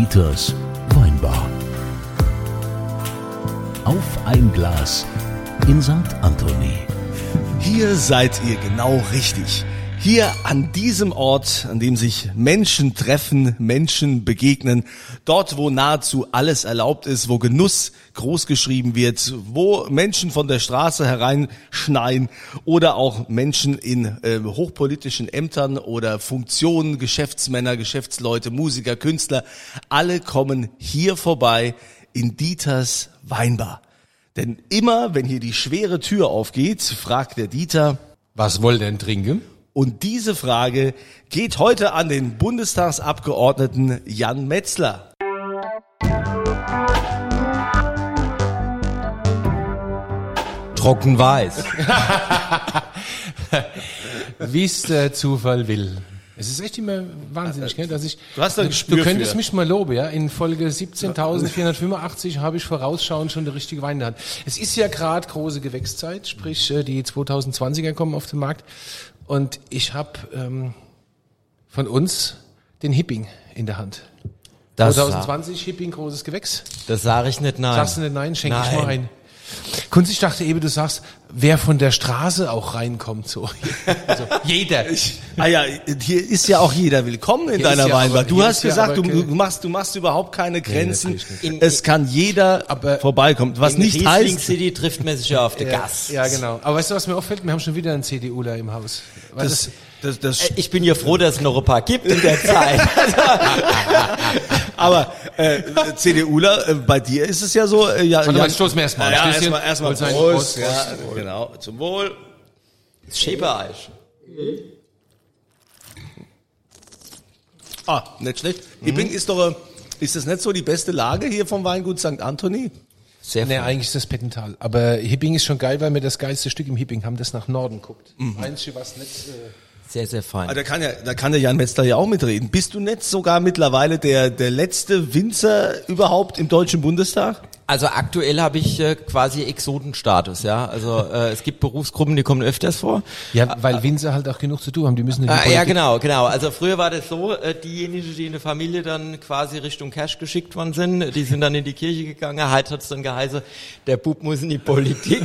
Dieters Weinbar. Auf ein Glas in St. Anthony. Hier seid ihr genau richtig. Hier an diesem Ort, an dem sich Menschen treffen, Menschen begegnen, dort, wo nahezu alles erlaubt ist, wo Genuss großgeschrieben wird, wo Menschen von der Straße hereinschneien oder auch Menschen in hochpolitischen Ämtern oder Funktionen, Geschäftsmänner, Geschäftsleute, Musiker, Künstler, alle kommen hier vorbei in Dieters Weinbar. Denn immer, wenn hier die schwere Tür aufgeht, fragt der Dieter: Was wollt ihr denn trinken? Und diese Frage geht heute an den Bundestagsabgeordneten Jan Metzler. Trockenweiß. Wie es der Zufall will. Es ist echt immer wahnsinnig, gell, dass ich... Du hast da ein Gespür Du könntest für. mich mal loben, ja. In Folge 17.485 habe ich vorausschauend schon die richtige Wein in der Hand. Es ist ja gerade große Gewächszeit, sprich die 2020er kommen auf den Markt. Und ich habe von uns den Hipping in der Hand. 2020 Hipping, großes Gewächs. Das sage ich nicht, nein. Sagst du nicht nein? Schenk ich mal ein. Kunz, ich dachte eben, du sagst, wer von der Straße auch reinkommt, so. Also, jeder. Hier ist ja auch jeder willkommen in Hier deiner ist ja Weinbar. aber- Du hier hast ist ja gesagt, aber du machst überhaupt keine Grenzen. natürlich Es kann jeder vorbeikommen. Was In nicht Riesling heißt, City trifft man sich ja auf der Gas. Ja, genau. Aber weißt du, was mir auffällt? Wir haben schon wieder einen CDUler im Haus. Weil das Ich bin ja froh, dass es noch ein paar gibt in der Zeit. aber CDUler, bei dir ist es ja so, Warte mal, stoßen wir erstmal. Ja, Stößchen. erstmal Wohl sein. Prost, Prost, ja, genau, zum Wohl. Schäbereich. Nicht schlecht. Hipping ist das nicht so die beste Lage hier vom Weingut St. Anthony? Sehr Nee, fein. eigentlich ist das Pettental. Aber Hipping ist schon geil, weil wir das geilste Stück im Hipping haben, das nach Norden guckt. Einzige, was nicht... Sehr, sehr fein. Ah, da kann der Jan Metzler ja auch mitreden. Bist du nicht sogar mittlerweile der letzte Winzer überhaupt im Deutschen Bundestag? Also aktuell habe ich quasi Exotenstatus, ja. Also es gibt Berufsgruppen, die kommen öfters vor. Ja, weil Winzer halt auch genug zu tun haben. Die müssen in die Ja, Politik. genau. Also früher war das so, diejenigen, die in der Familie dann quasi Richtung Cash geschickt worden sind, die sind dann in die Kirche gegangen. Heute hat es dann geheißen, der Bub muss in die Politik.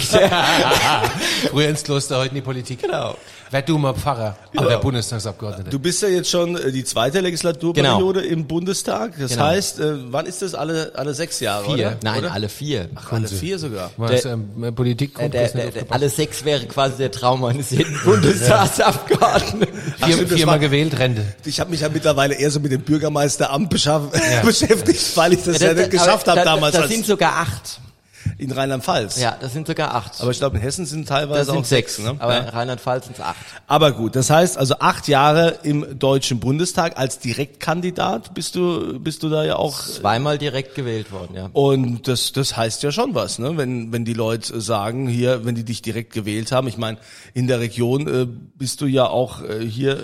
Früher ins Kloster, heute in die Politik. Genau. Wer du mal Pfarrer, aber der Bundestagsabgeordnete. Du bist ja jetzt schon die zweite Legislaturperiode im Bundestag. Das heißt, wann ist das? Alle 6 Jahre, 4. oder? Nein, oder? alle 4. Alle 4 sogar. Was, Politik Alle 6 wäre quasi der Traum eines jeden Bundestagsabgeordneten. viermal gewählt, Rente. Ich habe mich ja mittlerweile eher so mit dem Bürgermeisteramt beschäftigt, weil ich das ja nicht geschafft habe damals Das sind sogar 8. in Rheinland-Pfalz. Ja, das sind sogar 8. Aber ich glaube, in Hessen sind teilweise das sind auch 6. Ne? Aber Ja. in Rheinland-Pfalz sind es 8. Aber gut, das heißt also 8 Jahre im Deutschen Bundestag als Direktkandidat bist du da ja auch. Zweimal direkt gewählt worden, ja. Und das heißt ja schon was, ne? Wenn die Leute sagen hier, wenn die dich direkt gewählt haben. Ich meine, in der Region bist du ja auch hier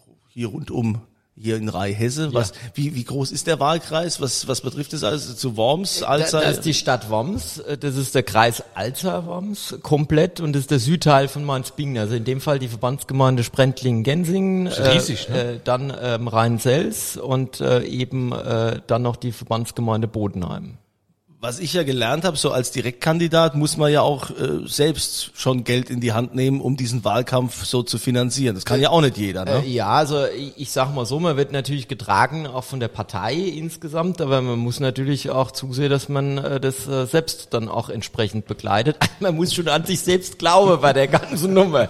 rundum. Hier in Rhei-Hesse, wie groß ist der Wahlkreis? Was betrifft das alles? Zu Worms, Alzey? Das ist die Stadt Worms, das ist der Kreis Alzey-Worms komplett und das ist der Südteil von Mainz-Bingen. Also in dem Fall die Verbandsgemeinde Sprendlingen-Gensingen, riesig, ne? Dann Rhein-Selz und eben dann noch die Verbandsgemeinde Bodenheim. Was ich ja gelernt habe, so als Direktkandidat muss man ja auch selbst schon Geld in die Hand nehmen, um diesen Wahlkampf so zu finanzieren. Das kann ja auch nicht jeder, ne? Ja, also ich sag mal so, man wird natürlich getragen auch von der Partei insgesamt, aber man muss natürlich auch zusehen, dass man das selbst dann auch entsprechend begleitet. Man muss schon an sich selbst glauben bei der ganzen Nummer.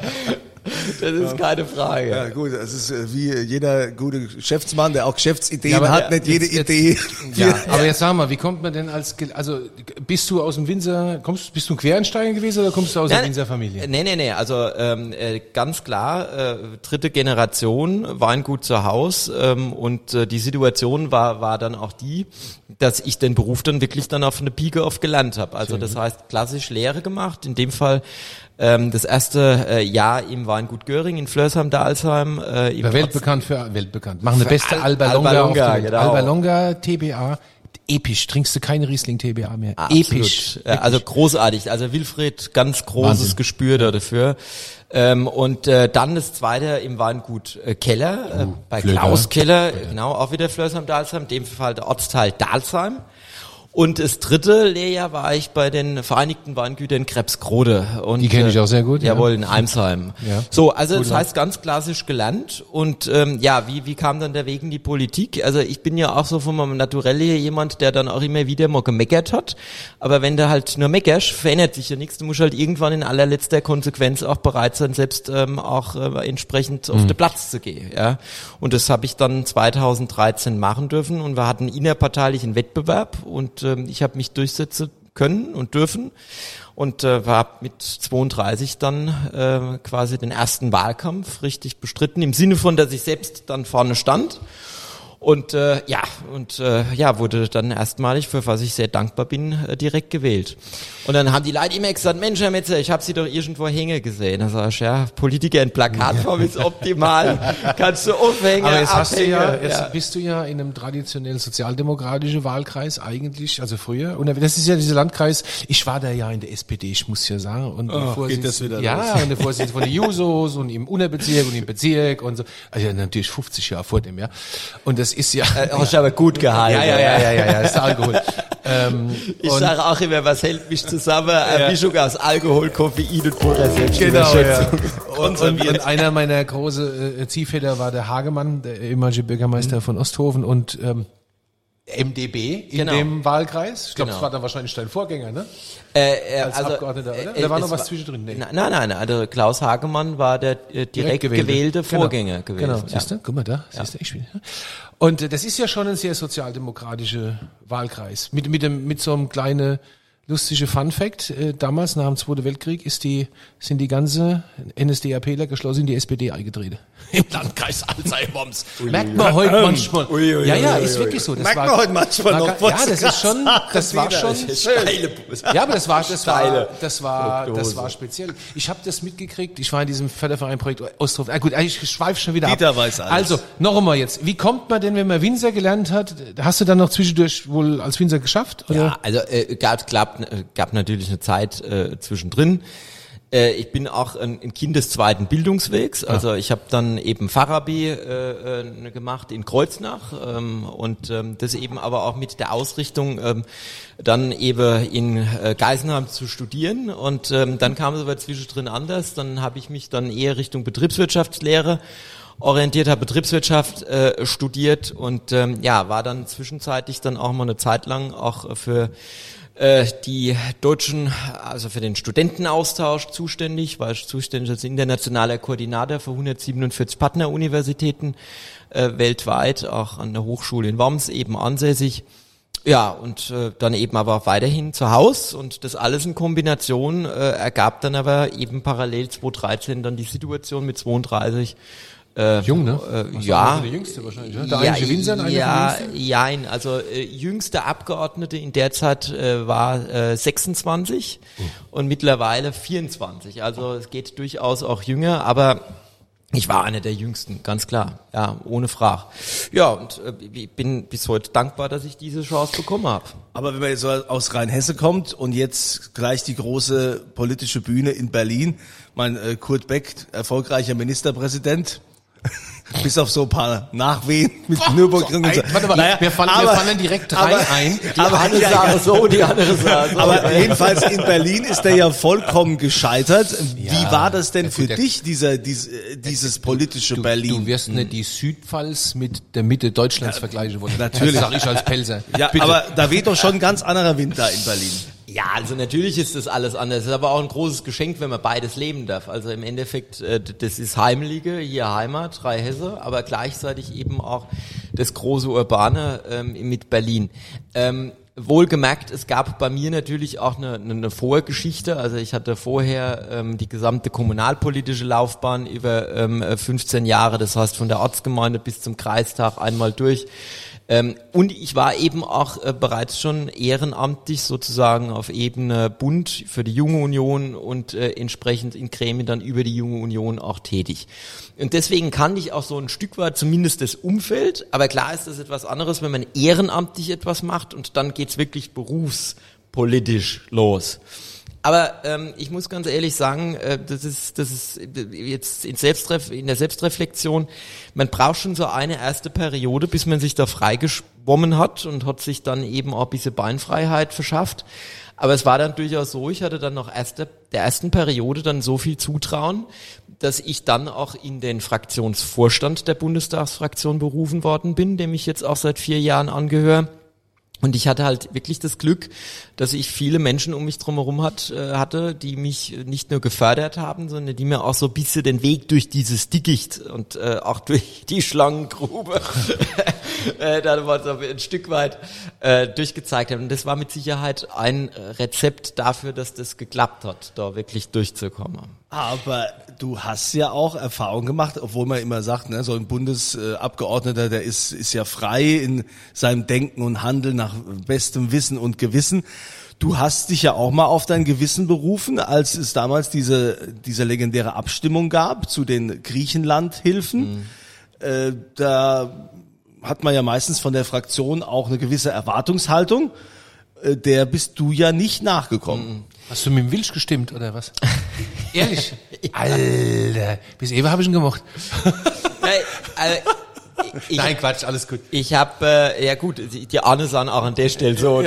Das ist keine Frage. Ja gut, das ist wie jeder gute Geschäftsmann, der auch Geschäftsideen aber hat, nicht jede Idee. Ja, aber jetzt sag mal, wie kommt man denn also bist du aus dem Winzer, bist du ein Quereinsteiger gewesen oder kommst du aus der Winzerfamilie? Nee, also ganz klar, dritte Generation, Weingut zu Haus und die Situation war dann auch die, dass ich den Beruf dann wirklich dann auf eine Pike auf gelernt habe. Also das heißt klassisch Lehre gemacht, in dem Fall das erste Jahr im Weingut Göring in Flörsheim-Dalsheim. Weltbekannt. Machen eine beste Alba Longa. Genau. Alba Longa TBA episch. Trinkst du keine Riesling TBA mehr. Absolut. Episch. Also großartig. Also Wilfried, ganz großes Wahnsinn. Gespür dafür. Und dann das zweite im Weingut Keller, bei Flöter. Klaus Keller, genau, auch wieder Flörsheim-Dalsheim, in dem Fall der Ortsteil Dalsheim. Und das dritte Lehrjahr war ich bei den Vereinigten Weingütern Krebsgrode. Und, Die kenne ich auch sehr gut. Jawohl, in Eimsheim. Ja. So, also Gut, das heißt ganz klassisch gelernt. Und wie kam dann der Weg in die Politik? Also ich bin ja auch so von meinem Naturell her jemand, der dann auch immer wieder mal gemeckert hat. Aber wenn du halt nur meckerst, verändert sich ja nichts. Du musst halt irgendwann in allerletzter Konsequenz auch bereit sein, selbst auch entsprechend auf den Platz zu gehen. Ja. Und das habe ich dann 2013 machen dürfen. Und wir hatten innerparteilichen Wettbewerb und ich habe mich durchsetzen können und dürfen und war mit 32 dann quasi den ersten Wahlkampf richtig bestritten, im Sinne von, dass ich selbst dann vorne stand. Und wurde dann erstmalig, für was ich sehr dankbar bin, direkt gewählt. Und dann haben die Leute immer gesagt, Mensch, Herr Metzer, ich habe Sie doch irgendwo hängen gesehen. Da sag ich, ja, Politiker in Plakatform ist optimal, kannst du aufhängen, Aber jetzt abhängen. bist du ja in einem traditionell sozialdemokratischen Wahlkreis eigentlich, also früher. Und das ist ja dieser Landkreis, ich war da ja in der SPD, ich muss ja sagen. Und geht das wieder ja, los. und der Vorsitzende von den Jusos und im Unterbezirk und im Bezirk und so. Also ja, natürlich 50 Jahre vor dem, ja. Und das ist ja... Hast du aber gut gehalten. Ja, ist der Alkohol. Ich sage auch immer, was hält mich zusammen? Eine Mischung aus Alkohol, Koffein und purer Genau, ja. Selbstüberschätzung. Und einer meiner großen Ziehväter war der Hagemann, der ehemalige Bürgermeister von Osthofen und MdB in Genau. dem Wahlkreis. Ich glaube, Genau. das war dann wahrscheinlich dein Vorgänger, ne? Als Abgeordneter, oder? Oder war noch was zwischendrin? Nee. Nein, also Klaus Hagemann war der direkt gewählte Vorgänger gewesen. Genau, Ja. siehst du? Guck mal da, siehst du, ich bin. Und das ist ja schon ein sehr sozialdemokratischer Wahlkreis. Mit so einem kleinen lustige Fun Fact, damals nach dem Zweiten Weltkrieg sind die ganze NSDAPler geschlossen in die SPD eingetreten. Im Landkreis Alzey-Worms. Merkt man heute manchmal. Ja, ist wirklich so. Das Merkt man heute manchmal noch. Ja, das ist schon, das war schon. Steile Ja, aber das war speziell. Ich habe das mitgekriegt. Ich war in diesem Förderverein-Projekt Ostrov. Gut, ich schweife schon wieder Dieter ab. weiß alles. Also, noch einmal jetzt. Wie kommt man denn, wenn man Winzer gelernt hat? Hast du dann noch zwischendurch wohl als Winzer geschafft? Oder? Ja, also gab natürlich eine Zeit zwischendrin. Ich bin auch ein Kind des zweiten Bildungswegs. Also ich habe dann eben Fachabi gemacht in Kreuznach und das eben aber auch mit der Ausrichtung dann eben in Geisenheim zu studieren. Und dann kam es aber zwischendrin anders. Dann habe ich mich dann eher Richtung Betriebswirtschaftslehre orientiert, habe Betriebswirtschaft studiert und war dann zwischenzeitlich dann auch mal eine Zeit lang auch für die Deutschen, also für den Studentenaustausch zuständig, war ich zuständig als internationaler Koordinator für 147 Partneruniversitäten weltweit, auch an der Hochschule in Worms eben ansässig. Ja, und dann eben aber auch weiterhin zu Hause und das alles in Kombination ergab dann aber eben parallel 2013 dann die Situation mit 32. Jung, ne? Ja. Der Jüngste wahrscheinlich, ne? Der eigentliche Winzer, also jüngster Abgeordnete in der Zeit war 26 und mittlerweile 24. Also es geht durchaus auch jünger, aber ich war einer der Jüngsten, ganz klar, ja, ohne Frage. Ja, und ich bin bis heute dankbar, dass ich diese Chance bekommen habe. Aber wenn man jetzt so aus Rheinhesse kommt und jetzt gleich die große politische Bühne in Berlin, Kurt Beck, erfolgreicher Ministerpräsident, bis auf so ein paar Nachwehen mit Nürburgring und so. Warte mal, wir fallen direkt rein ein. Die eine sah so, die andere sah so. Aber jedenfalls in Berlin ist er ja vollkommen gescheitert. Wie war das denn für dich, dieses politische Berlin? Du wirst nicht die Südpfalz mit der Mitte Deutschlands vergleichen wollen. Natürlich. Das sag ich als Pelzer. Ja, Bitte. aber da weht doch schon ein ganz anderer Wind da in Berlin. Ja, also natürlich ist das alles anders. Es ist aber auch ein großes Geschenk, wenn man beides leben darf. Also im Endeffekt, das ist Heimelige, hier Heimat, Rheinhesse, aber gleichzeitig eben auch das große Urbane mit Berlin. Wohlgemerkt, es gab bei mir natürlich auch eine Vorgeschichte. Also ich hatte vorher die gesamte kommunalpolitische Laufbahn über 15 Jahre, das heißt von der Ortsgemeinde bis zum Kreistag einmal durch. Und ich war eben auch bereits schon ehrenamtlich sozusagen auf Ebene Bund für die Junge Union und entsprechend in Gremien dann über die Junge Union auch tätig. Und deswegen kannte ich auch so ein Stück weit zumindest das Umfeld, aber klar ist das etwas anderes, wenn man ehrenamtlich etwas macht und dann geht's wirklich berufspolitisch los. Aber ich muss ganz ehrlich sagen, das ist jetzt in der Selbstreflexion, man braucht schon so eine erste Periode, bis man sich da freigeschwommen hat und hat sich dann eben auch ein bisschen Beinfreiheit verschafft. Aber es war dann durchaus so, ich hatte dann noch der ersten Periode dann so viel Zutrauen, dass ich dann auch in den Fraktionsvorstand der Bundestagsfraktion berufen worden bin, dem ich jetzt auch seit 4 Jahren angehöre. Und ich hatte halt wirklich das Glück, dass ich viele Menschen um mich drumherum hatte, die mich nicht nur gefördert haben, sondern die mir auch so ein bisschen den Weg durch dieses Dickicht und auch durch die Schlangengrube da war so ein Stück weit durchgezeigt haben. Und das war mit Sicherheit ein Rezept dafür, dass das geklappt hat, da wirklich durchzukommen. Aber du hast ja auch Erfahrung gemacht, obwohl man immer sagt, ne, so ein Bundesabgeordneter, der ist ja frei in seinem Denken und Handeln nach bestem Wissen und Gewissen. Du hast dich ja auch mal auf dein Gewissen berufen, als es damals diese legendäre Abstimmung gab zu den Griechenland-Hilfen. Da hat man ja meistens von der Fraktion auch eine gewisse Erwartungshaltung. Der bist du ja nicht nachgekommen. Hast du mit dem Wilsch gestimmt, oder was? Ehrlich? Alter, bis eben habe ich ihn gemocht. Nein, Quatsch, alles gut. Ich habe, ja gut, die anderen sind auch an der Stelle so.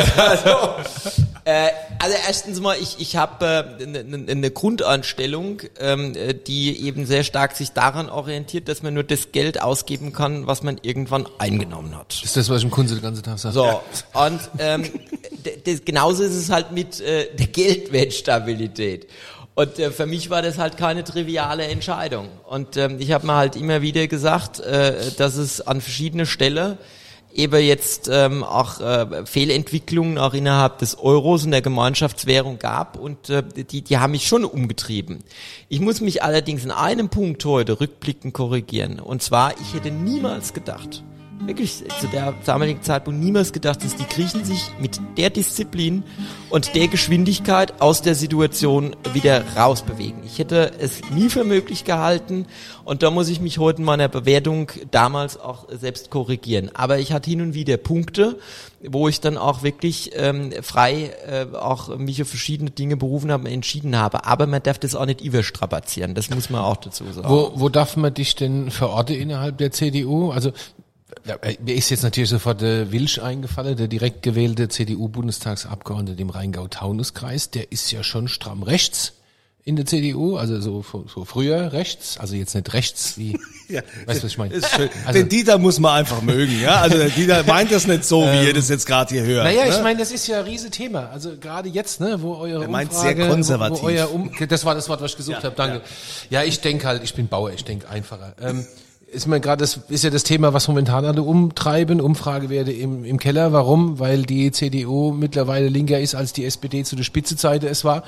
Also erstens mal, ich habe eine Grundeinstellung, die eben sehr stark sich daran orientiert, dass man nur das Geld ausgeben kann, was man irgendwann eingenommen hat. Das ist das, was ich im Kunze den ganzen Tag sage. So, und genauso ist es halt mit der Geldwertstabilität. Und für mich war das halt keine triviale Entscheidung. Und ich habe mir halt immer wieder gesagt, dass es an verschiedene Stellen eben jetzt auch Fehlentwicklungen auch innerhalb des Euros und der Gemeinschaftswährung gab und die haben mich schon umgetrieben. Ich muss mich allerdings in einem Punkt heute rückblickend korrigieren. Und zwar, ich hätte niemals gedacht, wirklich zu der damaligen Zeitpunkt niemals gedacht, dass die Griechen sich mit der Disziplin und der Geschwindigkeit aus der Situation wieder rausbewegen. Ich hätte es nie für möglich gehalten und da muss ich mich heute in meiner Bewertung damals auch selbst korrigieren. Aber ich hatte hin und wieder Punkte, wo ich dann auch wirklich frei auch mich auf verschiedene Dinge berufen habe und entschieden habe. Aber man darf das auch nicht überstrapazieren, das muss man auch dazu sagen. Wo darf man dich denn verorten innerhalb der CDU? Also mir ist jetzt natürlich sofort der Wilsch eingefallen, der direkt gewählte CDU-Bundestagsabgeordnete im Rheingau-Taunus-Kreis. Der ist ja schon stramm rechts in der CDU, also so früher rechts, also jetzt nicht rechts wie, ja, weißt du, was ich meine? Ist schön. Also, den Dieter muss man einfach mögen, ja. Also der Dieter meint das nicht so, wie ihr das jetzt gerade hier hört. Naja, ne? ich meine, das ist ja ein Riesethema. Also gerade jetzt, ne, wo eure meint Umfrage, sehr konservativ. Das war das Wort, was ich gesucht habe, danke. Ja, ich denke halt, ich bin Bauer, ich denke einfacher. Ist mir gerade, das ist ja das Thema, was momentan alle umtreiben, Umfragewerte im Keller. Warum? Weil die CDU mittlerweile linker ist, als die SPD zu der Spitzezeiten es war.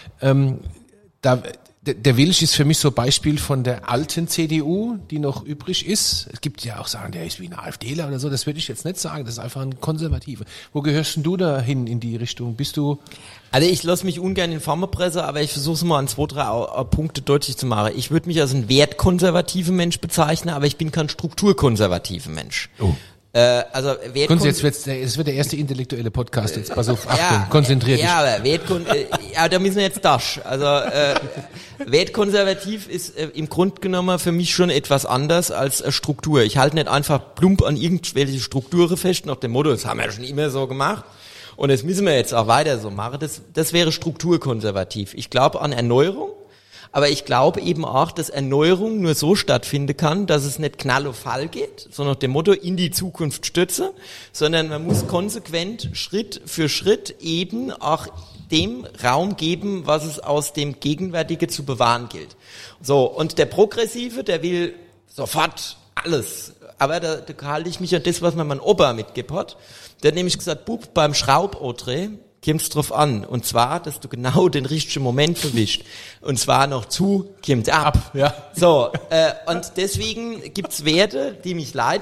Der Wilsch ist für mich so Beispiel von der alten CDU, die noch übrig ist. Es gibt ja auch Sachen, der ist wie ein AfDler oder so. Das würde ich jetzt nicht sagen. Das ist einfach ein Konservativer. Wo gehörst denn du da hin in die Richtung? Bist du? Also ich lasse mich ungern in Pharmapresse, aber ich versuche es mal an 2, 3 Punkte deutlich zu machen. Ich würde mich als ein wertkonservativer Mensch bezeichnen, aber ich bin kein strukturkonservativer Mensch. Oh. Also es wird der erste intellektuelle Podcast jetzt. Pass auf, Achtung, konzentrier dich. Ja, aber aber da müssen wir jetzt dasch. Also wertkonservativ ist im Grunde genommen für mich schon etwas anders als Struktur. Ich halte nicht einfach plump an irgendwelche Strukturen fest, nach dem Motto, das haben wir ja schon immer so gemacht und das müssen wir jetzt auch weiter so machen. Das wäre strukturkonservativ. Ich glaube an Erneuerung. Aber ich glaube eben auch, dass Erneuerung nur so stattfinden kann, dass es nicht knall auf Fall geht, so nach dem Motto in die Zukunft stürze, sondern man muss konsequent Schritt für Schritt eben auch dem Raum geben, was es aus dem Gegenwärtige zu bewahren gilt. So, und der Progressive, der will sofort alles. Aber da halte ich mich an das, was mir mein Opa mitgegeben hat. Der hat nämlich gesagt, Bub, beim Schraubautre kommt's drauf an. Und zwar, dass du genau den richtigen Moment verwischt. Und zwar noch kommt ab. Ja. So, und deswegen gibt's Werte, die mich leiden.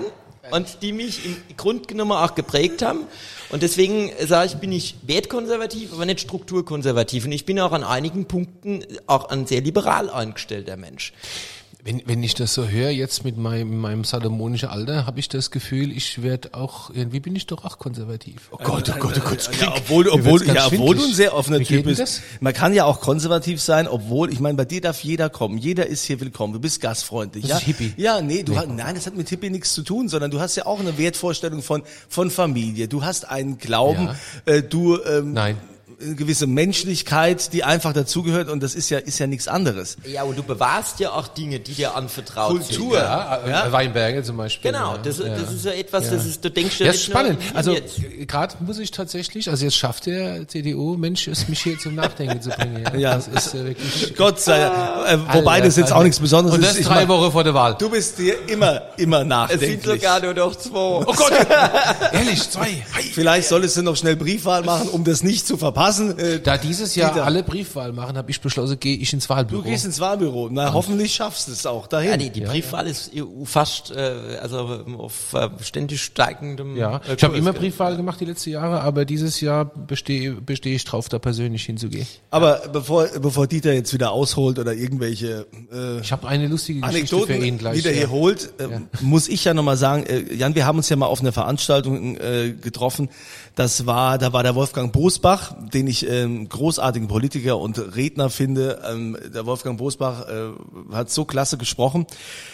und die mich im Grunde genommen auch geprägt haben. Und deswegen sage ich, bin ich wertkonservativ, aber nicht strukturkonservativ. Und ich bin auch an einigen Punkten auch ein sehr liberal eingestellter Mensch. Wenn ich das so höre, jetzt mit meinem salomonischen Alter, habe ich das Gefühl, ich werde auch, irgendwie bin ich doch auch konservativ. Oh Gott. Ja, obwohl du ein sehr offener Typ bist. Das? Man kann ja auch konservativ sein, obwohl, ich meine, bei dir darf jeder kommen. Jeder ist hier willkommen. Du bist gastfreundlich. Das ist Hippie. Ja, nein, das hat mit Hippie nichts zu tun, sondern du hast ja auch eine Wertvorstellung von Familie. Du hast einen Glauben, Nein. eine gewisse Menschlichkeit, die einfach dazugehört, und das ist ja nichts anderes. Ja, und du bewahrst ja auch Dinge, die dir anvertraut Kultur. sind. Ja, Weinberge zum Beispiel. Genau, das ist ja etwas, das ist, du denkst Ja, ja ist nicht nur spannend. an ihn Also jetzt. gerade muss ich tatsächlich, also jetzt schafft der CDU-Mensch es, mich hier zum Nachdenken zu bringen. Ja. Das ist wirklich... Gott sei Dank. Wobei das jetzt auch nichts Besonderes Und das ist. Ich 3 mein, Wochen vor der Wahl. du bist dir immer Es nachdenklich. sind sogar nur noch 2. Oh Gott, ehrlich, 2. Vielleicht solltest du noch schnell Briefwahl machen, um das nicht zu verpassen. Da dieses Jahr Dieter. alle Briefwahl machen, habe ich beschlossen, gehe ich ins Wahlbüro. Du gehst ins Wahlbüro. Na, hoffentlich schaffst du es auch dahin. Ja, die Briefwahl ist fast, also auf ständig steigendem Ja, ich Kurs, habe immer gell? Briefwahl gemacht die letzten Jahre, aber dieses Jahr bestehe ich drauf, da persönlich hinzugehen. Aber bevor Dieter jetzt wieder ausholt oder irgendwelche Ich habe eine lustige Geschichte Anekdoten für ihn gleich. wieder hier holt, muss ich ja nochmal sagen, Jan, wir haben uns ja mal auf einer Veranstaltung getroffen. Da war der Wolfgang Bosbach, den ich großartigen Politiker und Redner finde. Der Wolfgang Bosbach hat so klasse gesprochen.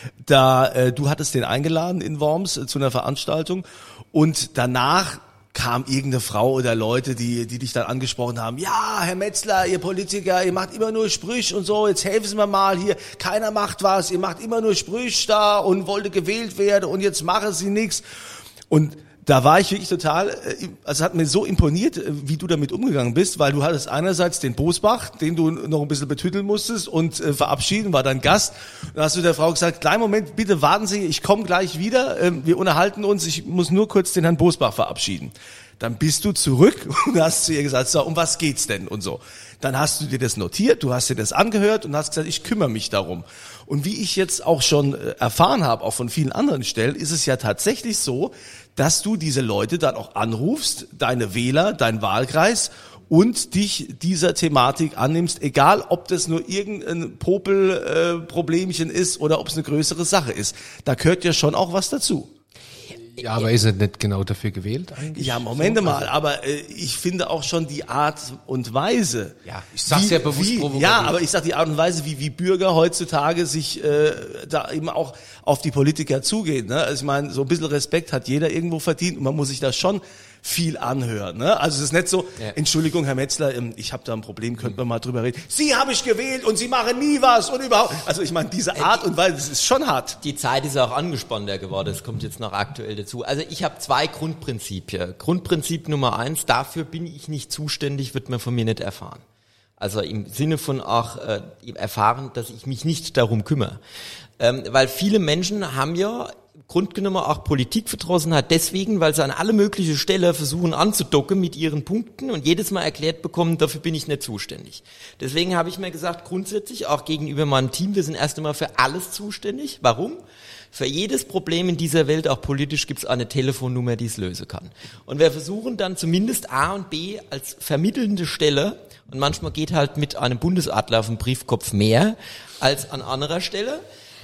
Du hattest den eingeladen in Worms zu einer Veranstaltung, und danach kam irgendeine Frau oder Leute, die dich dann angesprochen haben. Ja, Herr Metzler, ihr Politiker, ihr macht immer nur Sprüche und so, jetzt helfen Sie mir mal hier, keiner macht was, ihr macht immer nur Sprüche da und wollte gewählt werden und jetzt machen Sie nichts. Und da war ich wirklich total, also hat mir so imponiert, wie du damit umgegangen bist, weil du hattest einerseits den Bosbach, den du noch ein bisschen betütteln musstest und verabschieden, war dein Gast. Dann hast du der Frau gesagt, kleinen Moment, bitte warten Sie, ich komme gleich wieder, wir unterhalten uns, ich muss nur kurz den Herrn Bosbach verabschieden. Dann bist du zurück und hast zu ihr gesagt, so, um was geht's denn und so. Dann hast du dir das notiert, du hast dir das angehört und hast gesagt, ich kümmere mich darum. Und wie ich jetzt auch schon erfahren habe, auch von vielen anderen Stellen, ist es ja tatsächlich so, dass du diese Leute dann auch anrufst, deine Wähler, dein Wahlkreis, und dich dieser Thematik annimmst, egal ob das nur irgendein Popelproblemchen ist oder ob es eine größere Sache ist. Da gehört ja schon auch was dazu. Ja, aber ist er nicht genau dafür gewählt eigentlich? Ja, Moment mal, aber ich finde auch schon die Art und Weise. Ja, ich sag's ja bewusst provokativ. Ja, aber ich sag die Art und Weise, wie Bürger heutzutage sich da eben auch auf die Politiker zugehen. Ne? Also ich meine, so ein bisschen Respekt hat jeder irgendwo verdient und man muss sich das schon viel anhören. Ne? Also es ist nicht so, Entschuldigung, Herr Metzler, ich habe da ein Problem, könnten wir mal drüber reden. Sie habe ich gewählt und Sie machen nie was und überhaupt. Also ich meine, diese Art und Weise, das ist schon hart. Die Zeit ist auch angespannter geworden, das kommt jetzt noch aktuell dazu. Also ich habe 2 Grundprinzipien. Grundprinzip Nummer 1, dafür bin ich nicht zuständig, wird man von mir nicht erfahren. Also im Sinne von auch erfahren, dass ich mich nicht darum kümmere. Weil viele Menschen haben ja grundgenommen auch Politikverdrossenheit deswegen, weil sie an alle möglichen Stellen versuchen anzudocken mit ihren Punkten und jedes Mal erklärt bekommen, dafür bin ich nicht zuständig. Deswegen habe ich mir gesagt, grundsätzlich auch gegenüber meinem Team, wir sind erst einmal für alles zuständig. Warum? Für jedes Problem in dieser Welt, auch politisch, gibt es eine Telefonnummer, die es lösen kann. Und wir versuchen dann zumindest A und B als vermittelnde Stelle, und manchmal geht halt mit einem Bundesadler auf dem Briefkopf mehr als an anderer Stelle,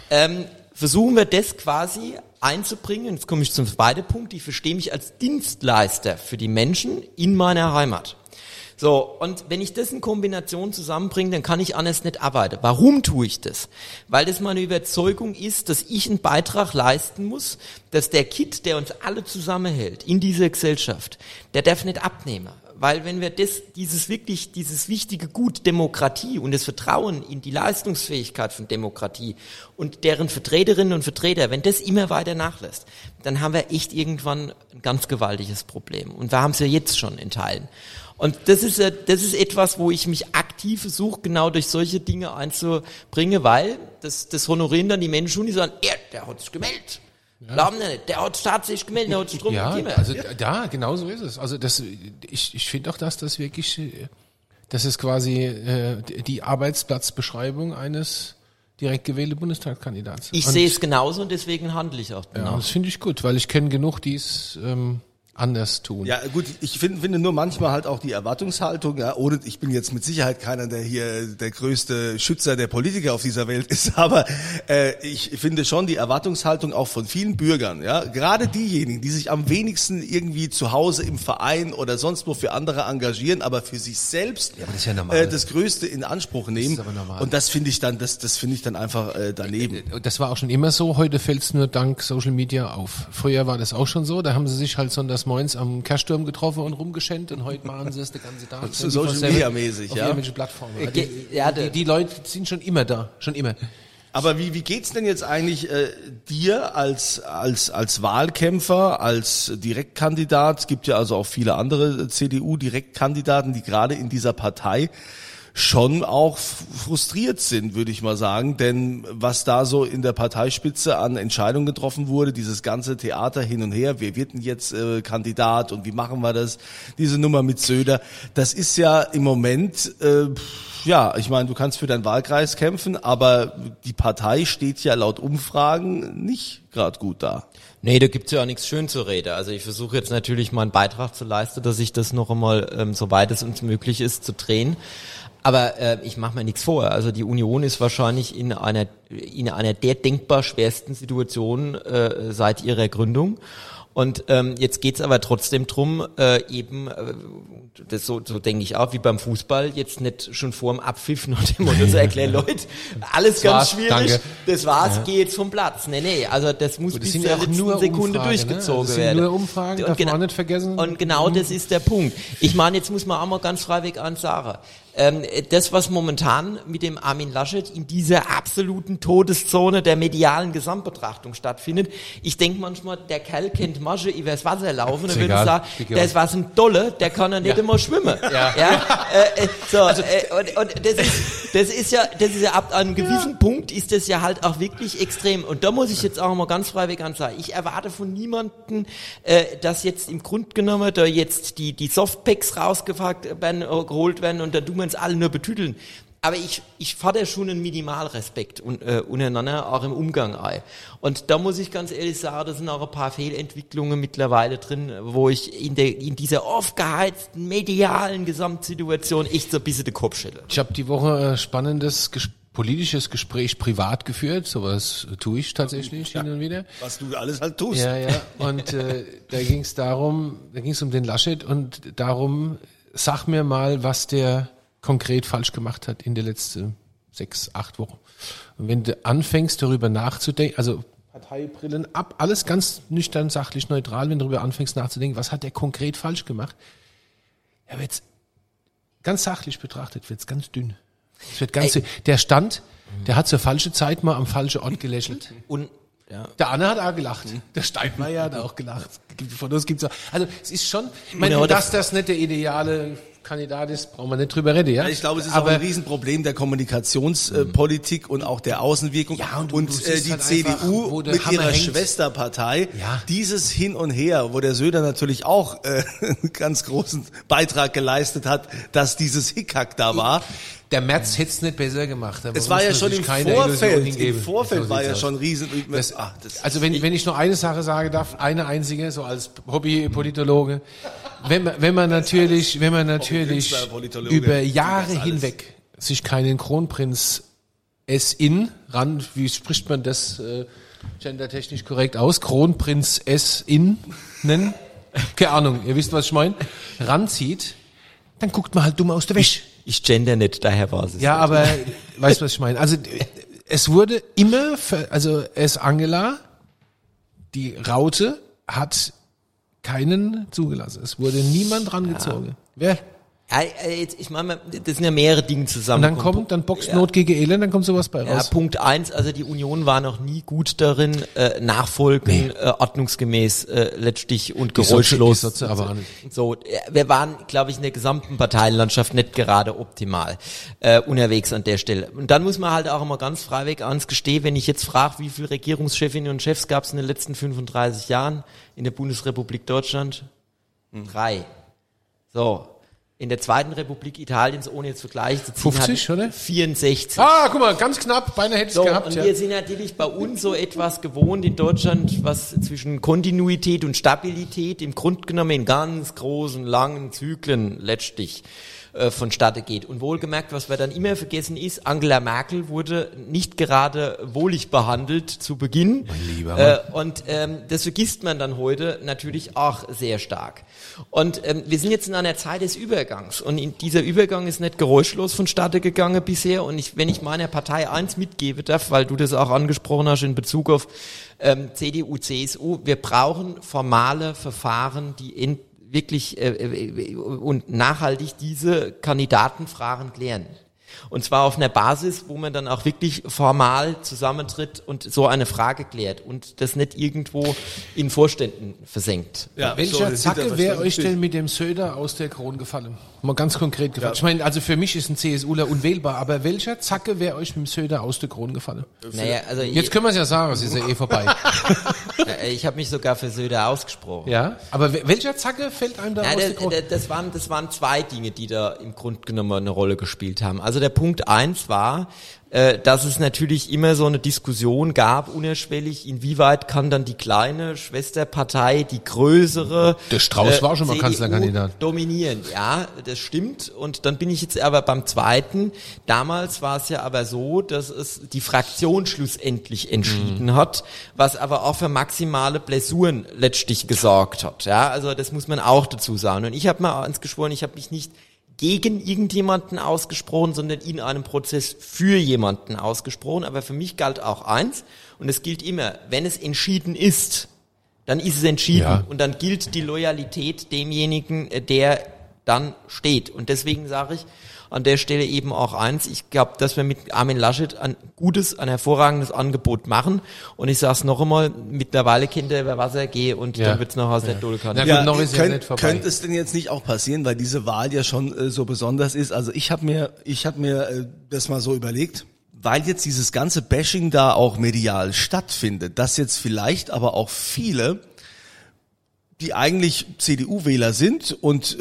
versuchen wir das quasi einzubringen. Jetzt komme ich zum zweiten Punkt. Ich verstehe mich als Dienstleister für die Menschen in meiner Heimat. So, und wenn ich das in Kombination zusammenbringe, dann kann ich anders nicht arbeiten. Warum tue ich das? Weil das meine Überzeugung ist, dass ich einen Beitrag leisten muss, dass der Kitt, der uns alle zusammenhält in dieser Gesellschaft, der darf nicht abnehmen. Weil wenn wir dieses wichtige Gut Demokratie und das Vertrauen in die Leistungsfähigkeit von Demokratie und deren Vertreterinnen und Vertreter, wenn das immer weiter nachlässt, dann haben wir echt irgendwann ein ganz gewaltiges Problem. Und wir haben es ja jetzt schon in Teilen. Und das ist etwas, wo ich mich aktiv versuche, genau durch solche Dinge einzubringen, weil das honorieren dann die Menschen und die sagen, der hat sich gemeldet. Glauben Sie nicht, der hat sich gemeldet, der hat sich drum gekümmert. Also da, genau so ist es. Also ich finde auch, dass das wirklich, das ist quasi die Arbeitsplatzbeschreibung eines direkt gewählte Bundestagskandidat. Ich sehe es genauso und deswegen handle ich auch Ja, danach. das finde ich gut, weil ich kenne genug, die es anders tun. Ja, gut, ich finde nur manchmal halt auch die Erwartungshaltung, ja, ohne, ich bin jetzt mit Sicherheit keiner, der hier der größte Schützer der Politiker auf dieser Welt ist, aber ich finde schon die Erwartungshaltung auch von vielen Bürgern, ja, gerade diejenigen, die sich am wenigsten irgendwie zu Hause im Verein oder sonst wo für andere engagieren, aber für sich selbst aber das ist ja normal. das Größte in Anspruch nehmen. aber normal. Und das finde ich dann, das finde ich dann einfach daneben. Das war auch schon immer so, heute fällt es nur dank Social Media auf. Früher war das auch schon so, da haben sie sich halt sonntags morgens am Kersturm getroffen und rumgeschenkt und heute machen sie es den ganzen Tag. So Social Media mäßig, auf ja. irgendwelche Plattformen. Die Leute sind schon immer da, schon immer. Aber wie geht's denn jetzt eigentlich dir als Wahlkämpfer, als Direktkandidat? Es gibt ja also auch viele andere CDU-Direktkandidaten, die gerade in dieser Partei schon auch frustriert sind, würde ich mal sagen. Denn was da so in der Parteispitze an Entscheidungen getroffen wurde, dieses ganze Theater hin und her, wer wird denn jetzt Kandidat und wie machen wir das, diese Nummer mit Söder, das ist ja im Moment, ja, ich meine, du kannst für deinen Wahlkreis kämpfen, aber die Partei steht ja laut Umfragen nicht gerade gut da. Nee, da gibt's ja auch nichts schön zu reden. Also ich versuche jetzt natürlich mal einen Beitrag zu leisten, dass ich das noch einmal, soweit es uns möglich ist, zu drehen. Aber ich mache mir nichts vor. Also die Union ist wahrscheinlich in einer der denkbar schwersten Situationen seit ihrer Gründung. Und jetzt geht's aber trotzdem drum, das so denke ich auch, wie beim Fußball, jetzt nicht schon vor dem Abpfiff noch dem Motto zu erklären, Leute, alles ganz schwierig, danke. das war's, geh jetzt vom Platz. Nee, also das muss bis zur letzten Sekunde durchgezogen das werden. sind nur Umfragen, darf man auch nicht vergessen. Und genau das ist der Punkt. Ich meine, jetzt muss man auch mal ganz freiweg sagen, das, was momentan mit dem Armin Laschet in dieser absoluten Todeszone der medialen Gesamtbetrachtung stattfindet, ich denke manchmal, der Kerl kennt Masche übers Wasser laufen, dann würde ich sagen, das war so ein Dolle, der kann ja nicht immer schwimmen. Und das ist ja ab einem gewissen Punkt ist das ja halt auch wirklich extrem. Und da muss ich jetzt auch mal ganz freiweg sagen, ich erwarte von niemandem, dass jetzt im Grunde genommen da jetzt die Softpacks rausgeholt werden und da tun wir uns alle nur betüdeln. Aber ich fordere schon einen Minimalrespekt untereinander, auch im Umgang ein. Und da muss ich ganz ehrlich sagen, da sind auch ein paar Fehlentwicklungen mittlerweile drin, wo ich in dieser aufgeheizten medialen Gesamtsituation echt so ein bisschen den Kopf schüttle. Ich habe die Woche ein spannendes politisches Gespräch privat geführt, sowas tue ich tatsächlich hin und wieder. Was du alles halt tust. Ja. Und da ging es um den Laschet und darum, sag mir mal, was der konkret falsch gemacht hat in den letzten 6-8 Wochen. Und wenn du anfängst, darüber nachzudenken, also Parteibrillen ab, alles ganz nüchtern, sachlich, neutral, wenn du darüber anfängst nachzudenken, was hat der konkret falsch gemacht, ja, wird's ganz sachlich betrachtet, wird's ganz dünn. Es wird ganz dünn. Der hat zur falschen Zeit mal am falschen Ort gelächelt. Und ja. Der Anne hat auch gelacht. Der Steinmeier hat auch gelacht. Von uns gibt's auch. Also es ist schon, ich meine, dass das nicht der ideale Kandidat ist, brauchen wir nicht drüber reden, ja? Ich glaube, es ist auch ein Riesenproblem der Kommunikationspolitik und auch der Außenwirkung. Ja, und die halt CDU einfach, mit ihrer Schwesterpartei, dieses Hin und Her, wo der Söder natürlich auch einen ganz großen Beitrag geleistet hat, dass dieses Hickhack da war. Der Merz hätte es nicht besser gemacht. Es war ja schon im Vorfeld. Im Vorfeld so war ja aus. schon riesen. Also wenn ich noch eine Sache sagen darf, eine einzige, so als Hobby-Politologe, wenn man natürlich über Jahre hinweg sich keinen Kronprinz S-In ran, wie spricht man das gendertechnisch korrekt aus, Kronprinz S-In nennen, keine Ahnung, ihr wisst, was ich meine, ranzieht, dann guckt man halt dumm aus der Wäsche. Ich gender nicht, daher war es. Ja, aber weißt du, was ich meine? Also es wurde immer, Angela, die Raute, hat keinen zugelassen. Es wurde niemand rangezogen. Ja. Wer? Ja, ich meine, das sind ja mehrere Dinge zusammen. Und dann boxt Not gegen Elend, dann kommt sowas bei raus. Ja, Punkt 1, also die Union war noch nie gut darin, Nachfolgen ordnungsgemäß letztlich und geräuschlos. Aber nicht. So, wir waren, glaube ich, in der gesamten Parteienlandschaft nicht gerade optimal unterwegs an der Stelle. Und dann muss man halt auch immer ganz freiweg ans gestehen, wenn ich jetzt frage, wie viele Regierungschefinnen und Chefs gab es in den letzten 35 Jahren in der Bundesrepublik Deutschland? 3. So. in der Zweiten Republik Italiens, ohne jetzt Vergleich zu ziehen, 50, oder? 64. Ah, guck mal, ganz knapp, beinahe hätte ich So, gehabt. und Ja. wir sind natürlich bei uns so etwas gewohnt in Deutschland, was zwischen Kontinuität und Stabilität im Grunde genommen in ganz großen, langen Zyklen letztlich vonstatte geht. Und wohlgemerkt, was wir dann immer vergessen ist, Angela Merkel wurde nicht gerade wohlig behandelt zu Beginn. Mein lieber Mann. Und das vergisst man dann heute natürlich auch sehr stark. Und wir sind jetzt in einer Zeit des Übergangs. Und dieser Übergang ist nicht geräuschlos vonstatte gegangen bisher. Und wenn ich meiner Partei eins mitgeben darf, weil du das auch angesprochen hast in Bezug auf CDU, CSU, wir brauchen formale Verfahren, die wirklich und nachhaltig diese Kandidatenfragen klären. Und zwar auf einer Basis, wo man dann auch wirklich formal zusammentritt und so eine Frage klärt und das nicht irgendwo in Vorständen versenkt. Ja, Welcher so, Zacke wäre euch denn mit dem Söder aus der Krone gefallen? Mal ganz konkret gefragt. Ich meine, also für mich ist ein CSUler unwählbar, aber welcher Zacke wäre euch mit dem Söder aus der Krone gefallen? Naja, also Jetzt können wir es ja sagen, es ist ja eh vorbei. ich habe mich sogar für Söder ausgesprochen. Ja, aber welcher Zacke fällt einem da aus der Krone? Das waren zwei Dinge, die da im Grunde genommen eine Rolle gespielt haben. Also der Punkt 1 war, dass es natürlich immer so eine Diskussion gab, unerschwellig, inwieweit kann dann die kleine Schwesterpartei die größere Der Strauß war schon mal CDU Kanzlerkandidat. dominieren. Ja, das stimmt. Und dann bin ich jetzt aber beim zweiten. Damals war es ja aber so, dass es die Fraktion schlussendlich entschieden hat, was aber auch für maximale Blessuren letztlich gesorgt hat. Ja, also das muss man auch dazu sagen. Und ich habe mal eins geschworen, ich habe mich nicht gegen irgendjemanden ausgesprochen, sondern in einem Prozess für jemanden ausgesprochen. Aber für mich galt auch eins, und es gilt immer, wenn es entschieden ist, dann ist es entschieden. Ja. Und dann gilt die Loyalität demjenigen, der dann steht. Und deswegen sage ich an der Stelle eben auch eins, ich glaube, dass wir mit Armin Laschet ein hervorragendes Angebot machen. Und ich sage es noch einmal, mittlerweile kennt er über Wasser gehen und dann wird's noch aus der Dulkan. Na gut, noch ist ja nicht vorbei. Könnte es denn jetzt nicht auch passieren, weil diese Wahl ja schon so besonders ist? Also ich habe mir das mal so überlegt, weil jetzt dieses ganze Bashing da auch medial stattfindet, dass jetzt vielleicht aber auch viele, die eigentlich CDU-Wähler sind und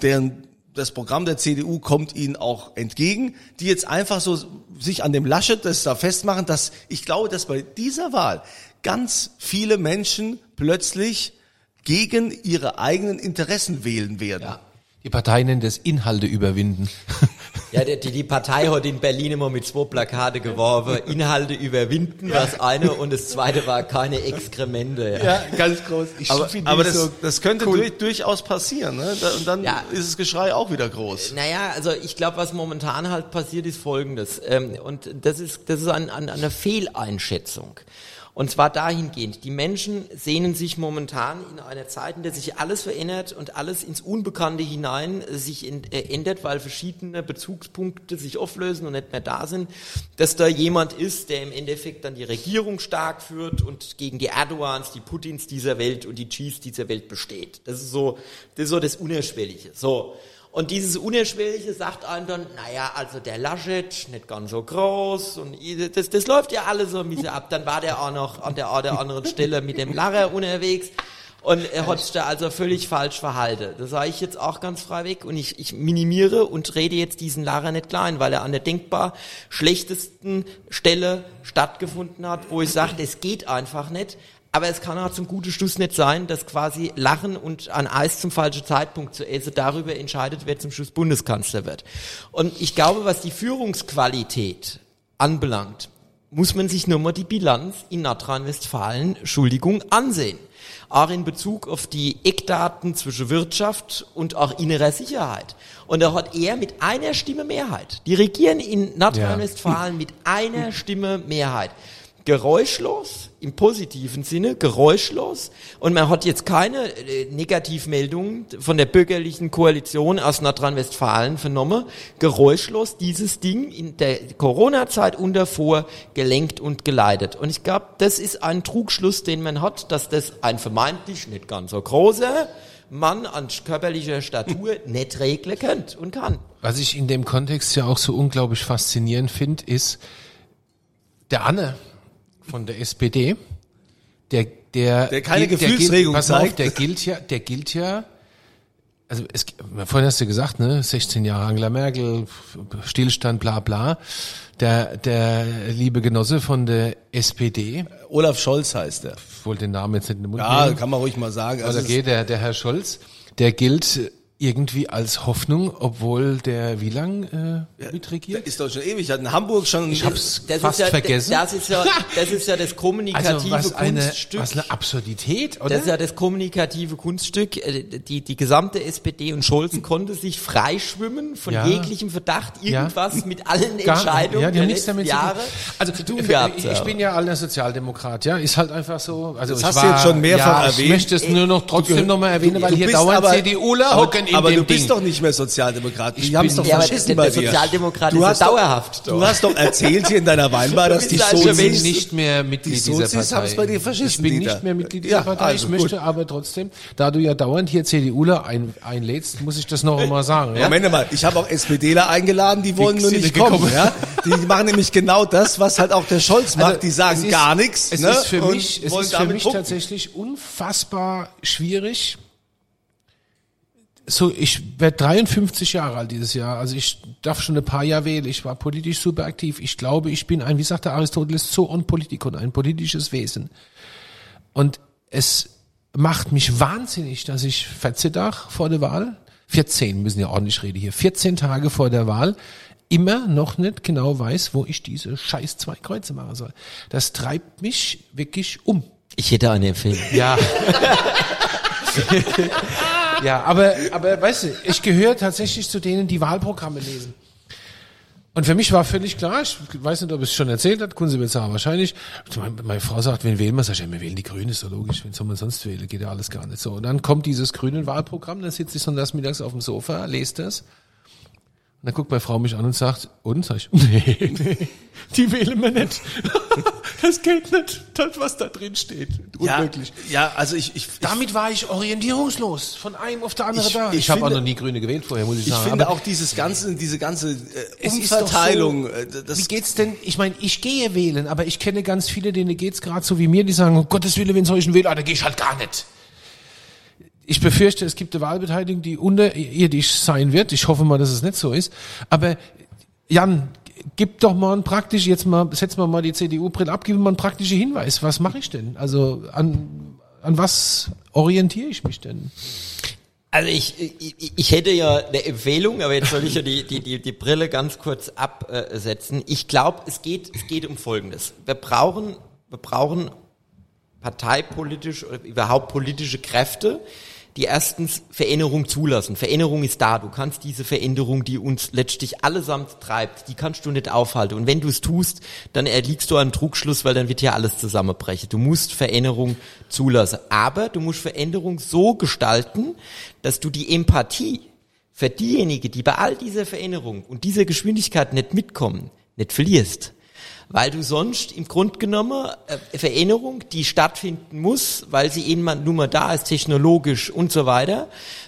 das Programm der CDU kommt ihnen auch entgegen, die jetzt einfach so sich an dem Laschet das da festmachen, dass ich glaube, dass bei dieser Wahl ganz viele Menschen plötzlich gegen ihre eigenen Interessen wählen werden. Ja. Die Partei nennt es Inhalte überwinden. Ja, die Partei hat in Berlin immer mit 2 Plakate geworfen, Inhalte überwinden, was eine, und das zweite war keine Exkremente. Ja. ganz groß. Aber das könnte durchaus passieren, ne? Und dann ist das Geschrei auch wieder groß. Naja, also ich glaube, was momentan halt passiert, ist Folgendes. Und das ist eine Fehleinschätzung. Und zwar dahingehend, die Menschen sehnen sich momentan in einer Zeit, in der sich alles verändert und alles ins Unbekannte hinein sich ändert, weil verschiedene Bezugspunkte sich auflösen und nicht mehr da sind, dass da jemand ist, der im Endeffekt dann die Regierung stark führt und gegen die Erdogans, die Putins dieser Welt und die Xis dieser Welt besteht. Das ist so das Unerschwellige. So. Und dieses Unerschwellige sagt einem dann, naja, also der Laschet, nicht ganz so groß, und das läuft ja alles so ein bisschen ab. Dann war der auch noch an der einen oder anderen Stelle mit dem Lacher unterwegs und er hat sich da also völlig falsch verhalten. Das sage ich jetzt auch ganz frei weg, und ich minimiere und rede jetzt diesen Lacher nicht klein, weil er an der denkbar schlechtesten Stelle stattgefunden hat, wo ich sage, das geht einfach nicht. Aber es kann auch zum guten Schluss nicht sein, dass quasi Lachen und an Eis zum falschen Zeitpunkt zu essen darüber entscheidet, wer zum Schluss Bundeskanzler wird. Und ich glaube, was die Führungsqualität anbelangt, muss man sich nur mal die Bilanz in Nordrhein-Westfalen, ansehen. Auch in Bezug auf die Eckdaten zwischen Wirtschaft und auch innerer Sicherheit. Und da hat er mit einer Stimme Mehrheit. Die regieren in Nordrhein-Westfalen mit einer Stimme Mehrheit. Geräuschlos, im positiven Sinne, geräuschlos. Und man hat jetzt keine Negativmeldungen von der bürgerlichen Koalition aus Nordrhein-Westfalen vernommen. Geräuschlos dieses Ding in der Corona-Zeit und davor gelenkt und geleitet. Und ich glaube, das ist ein Trugschluss, den man hat, dass das ein vermeintlich nicht ganz so großer Mann an körperlicher Statur nicht regeln könnte und kann. Was ich in dem Kontext ja auch so unglaublich faszinierend finde, ist der Anne von der SPD, der keine Gefühlsregung pass auf, zeigt. der gilt ja Also vorhin hast du gesagt, ne, 16 Jahre Angela Merkel, Stillstand, bla bla. Der liebe Genosse von der SPD, Olaf Scholz heißt er. ich wollte den Namen jetzt nicht in den Mund Ja, nehmen, kann man ruhig mal sagen. also der Herr Scholz, der gilt irgendwie als Hoffnung, obwohl der wie lang mitregiert? Ist doch schon ewig, hat in Hamburg schon... Ich hab's Das fast ist ja, vergessen. Das ist ja das kommunikative Also Kunststück. was eine Absurdität, oder? Das ist ja das kommunikative Kunststück. Die gesamte SPD und Scholz konnte sich freischwimmen von Ja. jeglichem Verdacht, irgendwas mit allen Gar- Entscheidungen ja, die der haben nichts letzten damit Jahre Also zu tun gehabt. ich bin ja alter Sozialdemokrat, ja, ist halt einfach so. Also Das ich hast du jetzt schon mehrfach Ich erwähnt. möchte es nur noch trotzdem nochmal erwähnen, weil Du hier bist dauernd aber- CDUler hocken in aber dem du bist Ding. doch nicht mehr Sozialdemokrat. Die Ich haben es bin- doch Ja, aber verschissen der bei dir. Sozialdemokrat Du ist hast ja doch- dauerhaft. Du hast doch erzählt hier in deiner Weinbar, dass die bist also Ich bin Sozis... nicht mehr Mitglied Die dieser Sozis Partei. haben's bei dir verschissen, Ich bin Dieter. nicht mehr Mitglied dieser Ja, Partei. also Ich gut. möchte aber trotzdem, da du ja dauernd hier CDUler einlädst, muss ich das noch einmal sagen. Ja? Moment mal, ich habe auch SPDler eingeladen, die wollen nur sind nicht nicht kommen. gekommen. Ja? Die machen nämlich genau das, was halt auch der Scholz macht. Die sagen es ist- gar nichts. Es ne? ist für und mich, wollen damit punkten. tatsächlich unfassbar schwierig. So, ich werde 53 Jahre alt dieses Jahr. Also ich darf schon ein paar Jahre wählen. Ich war politisch super aktiv. Ich glaube, ich bin wie sagt der Aristoteles, zoon politikon, ein politisches Wesen. Und es macht mich wahnsinnig, dass ich 14 Tage vor der Wahl, 14 müssen ja ordentlich reden hier, 14 Tage vor der Wahl, immer noch nicht genau weiß, wo ich diese scheiß 2 Kreuze machen soll. Das treibt mich wirklich um. Ich hätte eine Empfehlung. Ja. Ja, aber weißt du, ich gehöre tatsächlich zu denen, die Wahlprogramme lesen. Und für mich war völlig klar, ich weiß nicht, ob es schon erzählt hat, können Sie mir sagen, wahrscheinlich. Meine Frau sagt, wen wählen wir? Sag ich, ja, wir wählen die Grünen, ist doch logisch, wen soll man sonst wählen? Geht ja alles gar nicht so. Und dann kommt dieses grüne Wahlprogramm, dann sitze ich sonntags mittags auf dem Sofa, lese das. Und dann guckt meine Frau mich an und sagt, und? Sag ich, nee, die wählen wir nicht. Das geht nicht, das, was da drin steht. Unmöglich. Ja, also ich Damit war ich orientierungslos, von einem auf der andere Ich- da. ich Ich habe auch finde- noch nie Grüne gewählt vorher, muss ich Ich sagen. finde Aber auch diese ganze es ist doch Umverteilung, so, das wie geht's denn? Ich meine, ich gehe wählen, aber ich kenne ganz viele, denen geht's gerade so wie mir, die sagen, um Gottes Willen, wen soll ich denn wählen? Ah, da gehe ich halt gar nicht. Ich befürchte, es gibt eine Wahlbeteiligung, die unterirdisch sein wird. Ich hoffe mal, dass es nicht so ist. Aber Jan, gib doch mal ein praktisch, setzen wir mal die CDU-Brille ab, gib mir mal einen praktischen Hinweis. Was mache ich denn? Also an was orientiere ich mich denn? Also ich hätte ja eine Empfehlung, aber jetzt soll ich ja die Brille ganz kurz absetzen. Ich glaube, es geht um Folgendes. Wir brauchen parteipolitisch oder überhaupt politische Kräfte, die erstens Veränderung zulassen. Veränderung ist da. Du kannst diese Veränderung, die uns letztlich allesamt treibt, die kannst du nicht aufhalten. Und wenn du es tust, dann erliegst du einem Trugschluss, weil dann wird ja alles zusammenbrechen. Du musst Veränderung zulassen. Aber du musst Veränderung so gestalten, dass du die Empathie für diejenigen, die bei all dieser Veränderung und dieser Geschwindigkeit nicht mitkommen, nicht verlierst. Weil du sonst im Grunde genommen Veränderung, die stattfinden muss, weil sie eben nun mal da ist, technologisch und so weiter,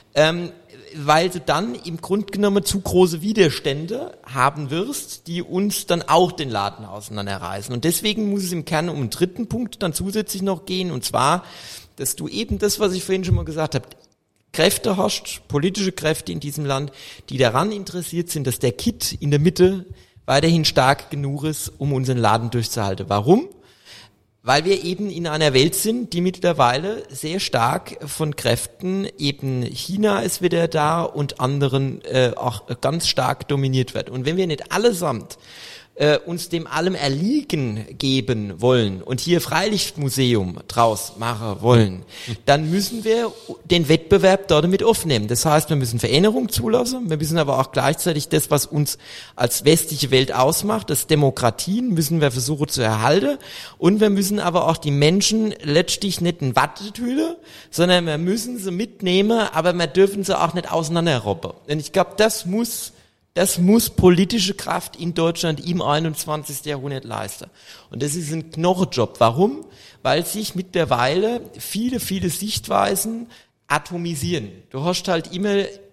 weil du dann im Grunde genommen zu große Widerstände haben wirst, die uns dann auch den Laden auseinanderreißen. Und deswegen muss es im Kern um einen dritten Punkt dann zusätzlich noch gehen, und zwar, dass du eben das, was ich vorhin schon mal gesagt habe, Kräfte hast, politische Kräfte in diesem Land, die daran interessiert sind, dass der Kit in der Mitte weiterhin stark genug ist, um unseren Laden durchzuhalten. Warum? Weil wir eben in einer Welt sind, die mittlerweile sehr stark von Kräften, eben China ist wieder da und anderen auch ganz stark dominiert wird. Und wenn wir nicht allesamt uns dem allem erliegen geben wollen und hier Freilichtmuseum draus machen wollen, dann müssen wir den Wettbewerb dort mit aufnehmen. Das heißt, wir müssen Veränderung zulassen, wir müssen aber auch gleichzeitig das, was uns als westliche Welt ausmacht, das Demokratien, müssen wir versuchen zu erhalten, und wir müssen aber auch die Menschen letztlich nicht in Wattetüte, sondern wir müssen sie mitnehmen, aber wir dürfen sie auch nicht auseinanderrobben. Und ich glaube, das muss politische Kraft in Deutschland im 21. Jahrhundert leisten. Und das ist ein Knochenjob. Warum? Weil sich mittlerweile viele Sichtweisen atomisieren. Du hast halt immer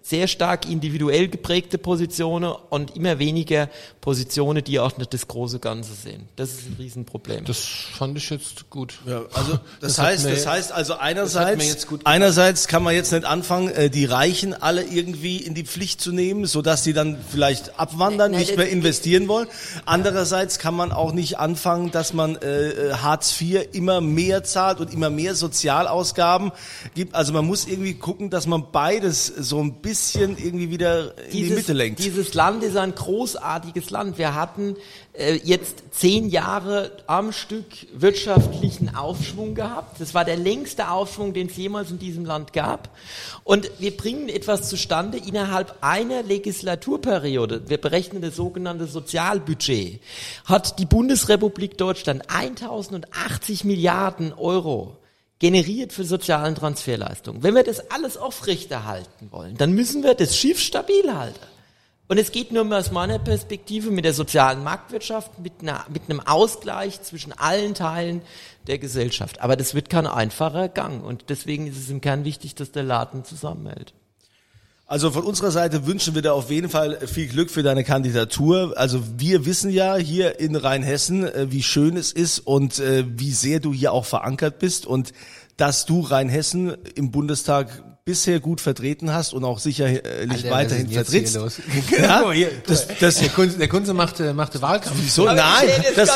sehr stark individuell geprägte Positionen und immer weniger Positionen, die auch nicht das große Ganze sehen. Das ist ein Riesenproblem. Das fand ich jetzt gut. Ja, also das heißt also gut einerseits kann man jetzt nicht anfangen, die Reichen alle irgendwie in die Pflicht zu nehmen, sodass sie dann vielleicht abwandern, nicht mehr investieren wollen. Andererseits kann man auch nicht anfangen, dass man Hartz IV immer mehr zahlt und immer mehr Sozialausgaben gibt. Also man muss irgendwie gucken, dass man beides so ein bisschen irgendwie wieder in die Mitte lenkt. Dieses Land ist ein großartiges Land. Wir hatten jetzt 10 Jahre am Stück wirtschaftlichen Aufschwung gehabt. Das war der längste Aufschwung, den es jemals in diesem Land gab. Und wir bringen etwas zustande innerhalb einer Legislaturperiode. Wir berechnen das sogenannte Sozialbudget. Hat die Bundesrepublik Deutschland 1080 Milliarden Euro generiert für sozialen Transferleistungen. Wenn wir das alles aufrechterhalten wollen, dann müssen wir das Schiff stabil halten. Und es geht nur aus meiner Perspektive mit der sozialen Marktwirtschaft, mit einem Ausgleich zwischen allen Teilen der Gesellschaft. Aber das wird kein einfacher Gang. Und deswegen ist es im Kern wichtig, dass der Laden zusammenhält. Also von unserer Seite wünschen wir dir auf jeden Fall viel Glück für deine Kandidatur. Also wir wissen ja hier in Rheinhessen, wie schön es ist und wie sehr du hier auch verankert bist und dass du Rheinhessen im Bundestag bisher gut vertreten hast und auch sicherlich weiterhin vertrittst. Ja, der Kunze machte Wahlkampf. Wieso? Nein, das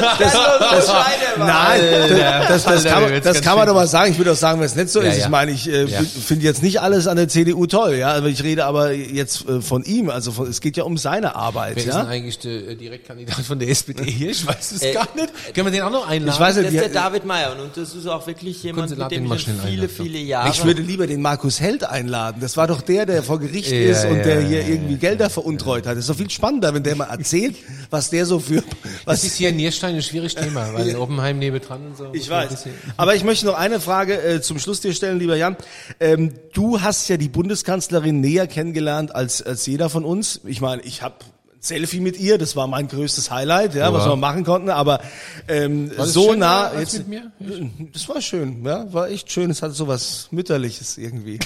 kann man doch mal sagen. Ich würde auch sagen, wenn es nicht so ist. Ich meine, ich finde jetzt nicht alles an der CDU toll, ja. Aber ich rede aber jetzt von ihm. Also es geht ja um seine Arbeit. Wer ist denn eigentlich der Direktkandidat von der SPD hier? Ich weiß es gar nicht. Können wir den auch noch einladen? Ich weiß nicht, das ist der David Meyer und das ist auch wirklich jemand, mit dem ich viele Jahre... Ich würde lieber den Markus Held einladen. Das war doch der vor Gericht ist und der hier irgendwie Gelder veruntreut hat. Das ist doch viel spannender, wenn der mal erzählt, was der so für... Das ist hier in Nierstein ein schwieriges Thema, weil Oppenheim nebendran und so. Ich weiß. Aber ich möchte noch eine Frage zum Schluss dir stellen, lieber Jan. Du hast ja die Bundeskanzlerin näher kennengelernt als jeder von uns. Ich meine, ich habe Selfie mit ihr, das war mein größtes Highlight, ja, was wir machen konnten, aber so nah jetzt mit mir? Das war schön, ja, war echt schön, es hat so was Mütterliches irgendwie.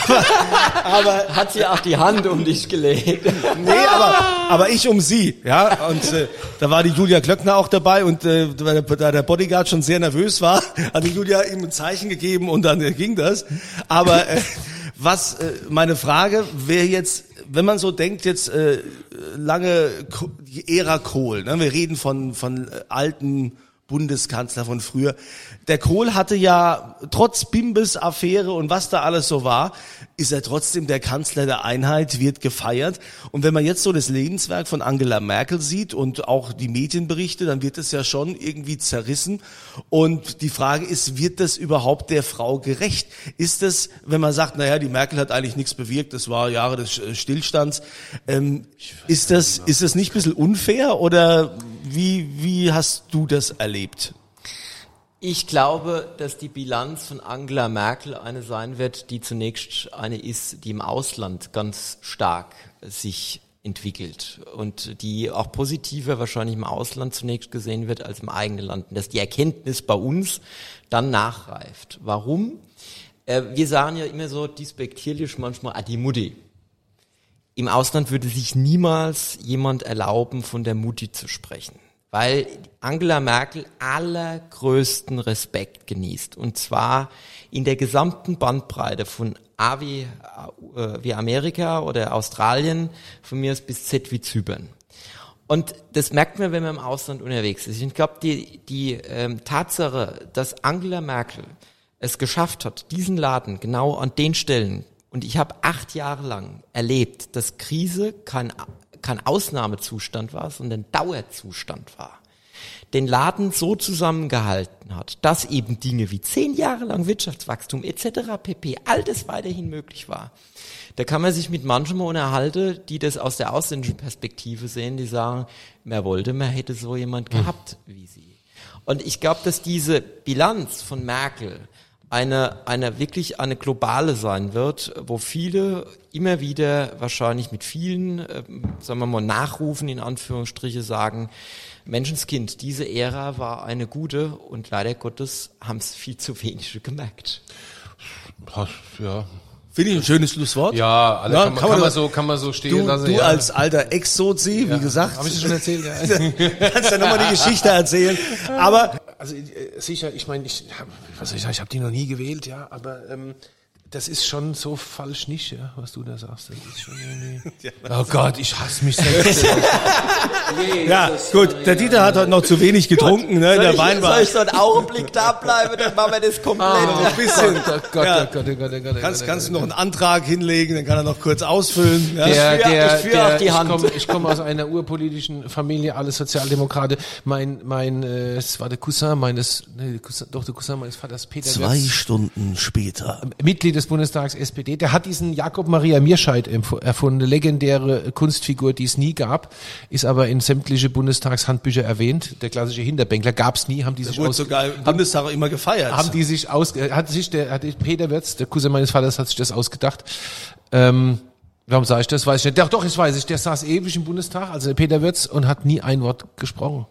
aber hat sie auch die Hand um dich gelegt? Nee, aber ich um sie, ja, und da war die Julia Klöckner auch dabei und da der Bodyguard schon sehr nervös war, hat die Julia ihm ein Zeichen gegeben und dann ging das. Aber meine Frage wäre jetzt, wenn man so denkt, jetzt lange die Ära Kohl, ne? Wir reden von alten Bundeskanzler von früher. Der Kohl hatte ja trotz Bimbes-Affäre und was da alles so war, ist er trotzdem der Kanzler der Einheit, wird gefeiert. Und wenn man jetzt so das Lebenswerk von Angela Merkel sieht und auch die Medienberichte, dann wird es ja schon irgendwie zerrissen. Und die Frage ist, wird das überhaupt der Frau gerecht? Ist das, wenn man sagt, naja, die Merkel hat eigentlich nichts bewirkt, das war Jahre des Stillstands, ist das nicht ein bisschen unfair oder wie hast du das erlebt? Ich glaube, dass die Bilanz von Angela Merkel eine sein wird, die zunächst eine ist, die im Ausland ganz stark sich entwickelt und die auch positiver wahrscheinlich im Ausland zunächst gesehen wird als im eigenen Land. Und dass die Erkenntnis bei uns dann nachreift. Warum? Wir sagen ja immer so despektierlich manchmal, die Mutti. Im Ausland würde sich niemals jemand erlauben, von der Mutti zu sprechen, weil Angela Merkel allergrößten Respekt genießt, und zwar in der gesamten Bandbreite von A wie Amerika oder Australien, von mir aus bis Z wie Zypern. Und das merkt man, wenn man im Ausland unterwegs ist. Ich glaube, die Tatsache, dass Angela Merkel es geschafft hat, diesen Laden genau an den Stellen, und ich habe 8 Jahre lang erlebt, dass Krise kein Ausnahmezustand war, sondern Dauerzustand war, den Laden so zusammengehalten hat, dass eben Dinge wie 10 Jahre lang Wirtschaftswachstum etc. pp. All das weiterhin möglich war. Da kann man sich mit manchem unterhalten, die das aus der ausländischen Perspektive sehen, die sagen, man hätte so jemand gehabt wie sie. Und ich glaube, dass diese Bilanz von Merkel wirklich eine globale sein wird, wo viele immer wieder wahrscheinlich mit vielen, sagen wir mal, Nachrufen in Anführungsstriche sagen, Menschenskind, diese Ära war eine gute und leider Gottes haben es viel zu wenige gemerkt. Ja, Finde ich ein schönes Schlusswort. Ja, alle Ja, kann man so stehen lassen. Du ja. als alter Ex-Sozi, wie gesagt. Habe ich dir schon erzählt? Ja. Kannst ja nochmal die Geschichte erzählen. Aber Also sicher, ich meine, ich habe die noch nie gewählt, ja, aber das ist schon so falsch nicht, ja, was du da sagst. Das ist schon irgendwie. Oh Gott, ich hasse mich selbst. ja, gut, der Dieter hat heute noch zu wenig getrunken, ne? Der Wein war. Soll ich so einen Augenblick da bleiben, dann machen wir das komplett. ein bisschen. Gott. Kannst du noch einen Antrag hinlegen, dann kann er noch kurz ausfüllen. Ja? Ich führe auf die Hand. Ich komme aus einer urpolitischen Familie, alle Sozialdemokrate. Es war der Cousin meines Vaters, Peter 2 Wirtz, Stunden später. Mitglied des Bundestags SPD. Der hat diesen Jakob Maria Mierscheid erfunden, eine legendäre Kunstfigur, die es nie gab, ist aber in sämtliche Bundestagshandbücher erwähnt. Der klassische Hinterbänkler gab es nie, haben die sich Wurde sogar im Bundestag auch immer gefeiert. Peter Wirtz, der Cousin meines Vaters, hat sich das ausgedacht. Warum sage ich das? Weiß ich nicht. Doch, das weiß ich. Der saß ewig im Bundestag, also der Peter Wirtz, und hat nie ein Wort gesprochen.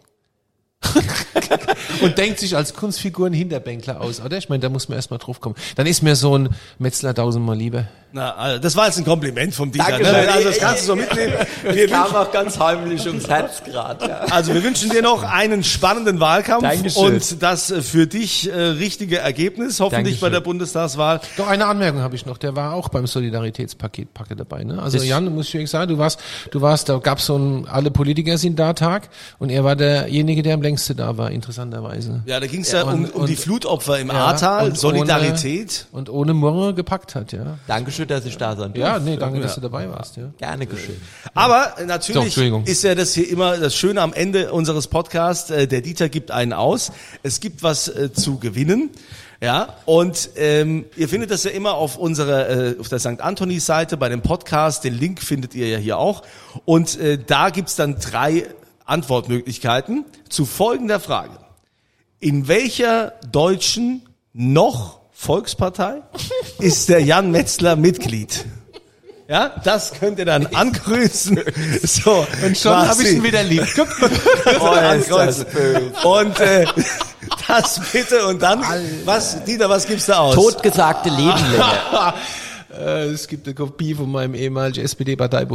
Und denkt sich als Kunstfigur einen Hinterbänkler aus, oder? Ich meine, da muss man erstmal drauf kommen. Dann ist mir so ein Metzler tausendmal lieber. Na, also das war jetzt ein Kompliment vom Dieter. Danke, Ne? Also das kannst du so mitnehmen. Das kam auch ganz heimlich ums Herz gerade. Ja. Also wir wünschen dir noch einen spannenden Wahlkampf Dankeschön. und das für dich richtige Ergebnis, hoffentlich bei der Bundestagswahl. Doch, eine Anmerkung habe ich noch. Der war auch beim Solidaritätspaket Packe dabei, ne? Also Jan, muss ich wirklich sagen, du warst, da gab's so ein, alle Politiker sind da Tag und er war derjenige, der am längsten da war, interessanterweise. Ja, da ging es um die Flutopfer im Ahrtal, Solidarität. Und ohne Murre gepackt hat, ja. Dankeschön, dass ich da sein durfte. Ja, nee, danke, dass du dabei warst, ja. Gerne geschehen. Aber natürlich Entschuldigung. ist ja das hier immer das Schöne am Ende unseres Podcasts. Der Dieter gibt einen aus. Es gibt was zu gewinnen. Ja, und ihr findet das ja immer auf unserer auf der St. Anthony Seite bei dem Podcast. Den Link findet ihr ja hier auch. Und da gibt's dann 3 Antwortmöglichkeiten zu folgender Frage. In welcher deutschen Volkspartei ist der Jan Metzler Mitglied? Ja, das könnt ihr dann ankreuzen. So, und schon habe ich ihn wieder lieb. Ankreuzen. Und das bitte und dann, Dieter, was gibt's da aus? Totgesagte Lebenlänge. Es gibt eine Kopie von meinem ehemaligen SPD-Parteibuch.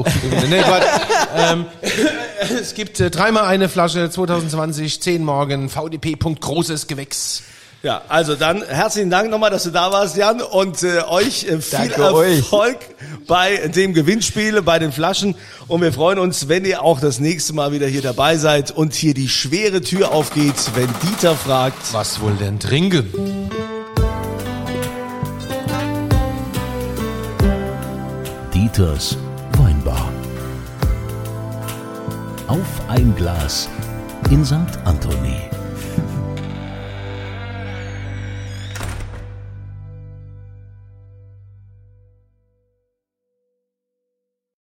Es gibt 3-mal eine Flasche 2020, 10 morgen, VDP. Großes Gewächs. Ja, also dann herzlichen Dank nochmal, dass du da warst, Jan, und euch viel Danke Erfolg bei dem Gewinnspiel, bei den Flaschen. Und wir freuen uns, wenn ihr auch das nächste Mal wieder hier dabei seid und hier die schwere Tür aufgeht, wenn Dieter fragt, was wohl denn trinken? Dieters Weinbar. Auf ein Glas in St. Anthony.